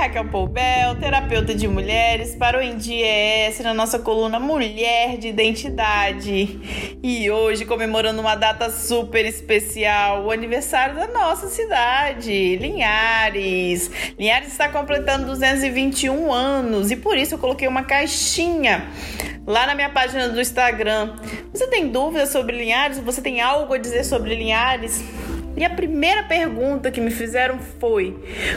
Raquel Poubel, terapeuta de mulheres, para o Em Dia ES na nossa coluna Mulher de Identidade. E hoje, comemorando uma data super especial, o aniversário da nossa cidade, Linhares. Linhares está completando 221 anos e por isso eu coloquei uma caixinha lá na minha página do Instagram. Você tem dúvidas sobre Linhares? Você tem algo a dizer sobre Linhares? E a primeira pergunta que me fizeram foi: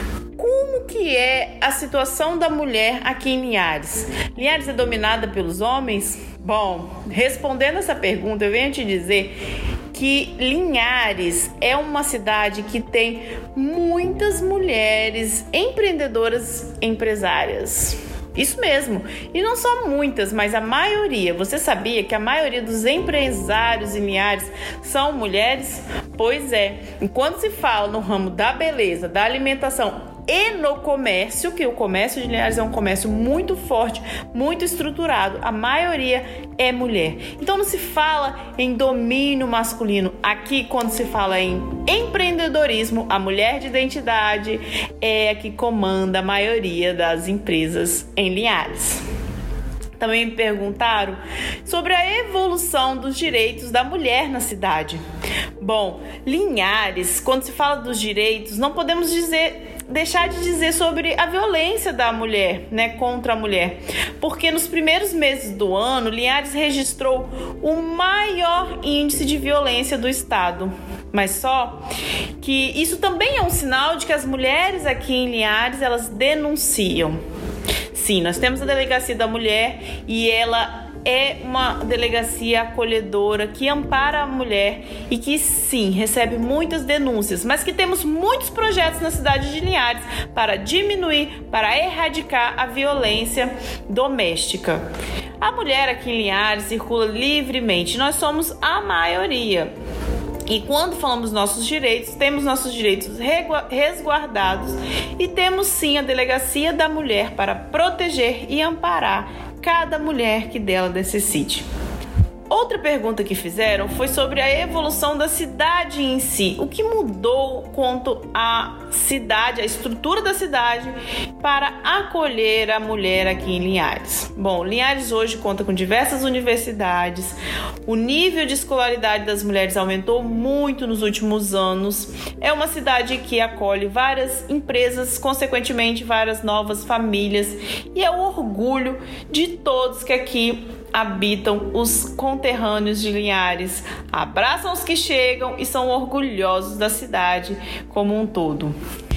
como que é a situação da mulher aqui em Linhares? Linhares é dominada pelos homens? Bom, respondendo essa pergunta, eu venho te dizer que Linhares é uma cidade que tem muitas mulheres empreendedoras, empresárias. Isso mesmo, e não só muitas, mas a maioria. Você sabia que a maioria dos empresários em Linhares são mulheres? Pois é, enquanto se fala no ramo da beleza, da alimentação e no comércio, que o comércio de Linhares é um comércio muito forte, muito estruturado, a maioria é mulher. Então não se fala em domínio masculino. Aqui, quando se fala em empreendedorismo, a mulher de identidade é a que comanda a maioria das empresas em Linhares. Também me perguntaram sobre a evolução dos direitos da mulher na cidade. Bom, Linhares, quando se fala dos direitos, não podemos deixar de dizer sobre a violência da mulher, contra a mulher. Porque nos primeiros meses do ano, Linhares registrou o maior índice de violência do estado. Mas só que isso também é um sinal de que as mulheres aqui em Linhares, elas denunciam. Sim, nós temos a Delegacia da Mulher e ela é uma delegacia acolhedora que ampara a mulher e que sim, recebe muitas denúncias, mas que temos muitos projetos na cidade de Linhares para diminuir, para erradicar a violência doméstica. A mulher aqui em Linhares circula livremente, nós somos a maioria. E quando falamos nossos direitos, temos nossos direitos resguardados e temos sim a Delegacia da Mulher para proteger e amparar cada mulher que dela necessite. Outra pergunta que fizeram foi sobre a evolução da cidade em si. O que mudou quanto à cidade, a estrutura da cidade para acolher a mulher aqui em Linhares? Bom, Linhares hoje conta com diversas universidades. O nível de escolaridade das mulheres aumentou muito nos últimos anos. É uma cidade que acolhe várias empresas, consequentemente várias novas famílias. E é o orgulho de todos que aqui habitam os conterrâneos de Linhares, abraçam os que chegam e são orgulhosos da cidade como um todo.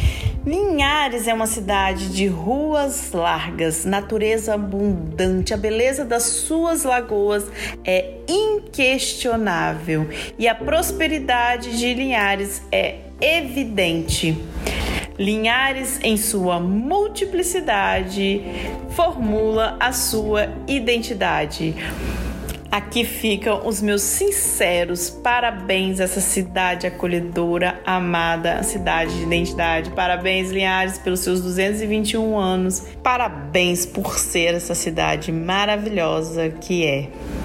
Linhares é uma cidade de ruas largas, natureza abundante, a beleza das suas lagoas é inquestionável e a prosperidade de Linhares é evidente. Linhares, em sua multiplicidade, formula a sua identidade. Aqui ficam os meus sinceros parabéns a essa cidade acolhedora, amada, cidade de identidade. Parabéns, Linhares, pelos seus 221 anos. Parabéns por ser essa cidade maravilhosa que é.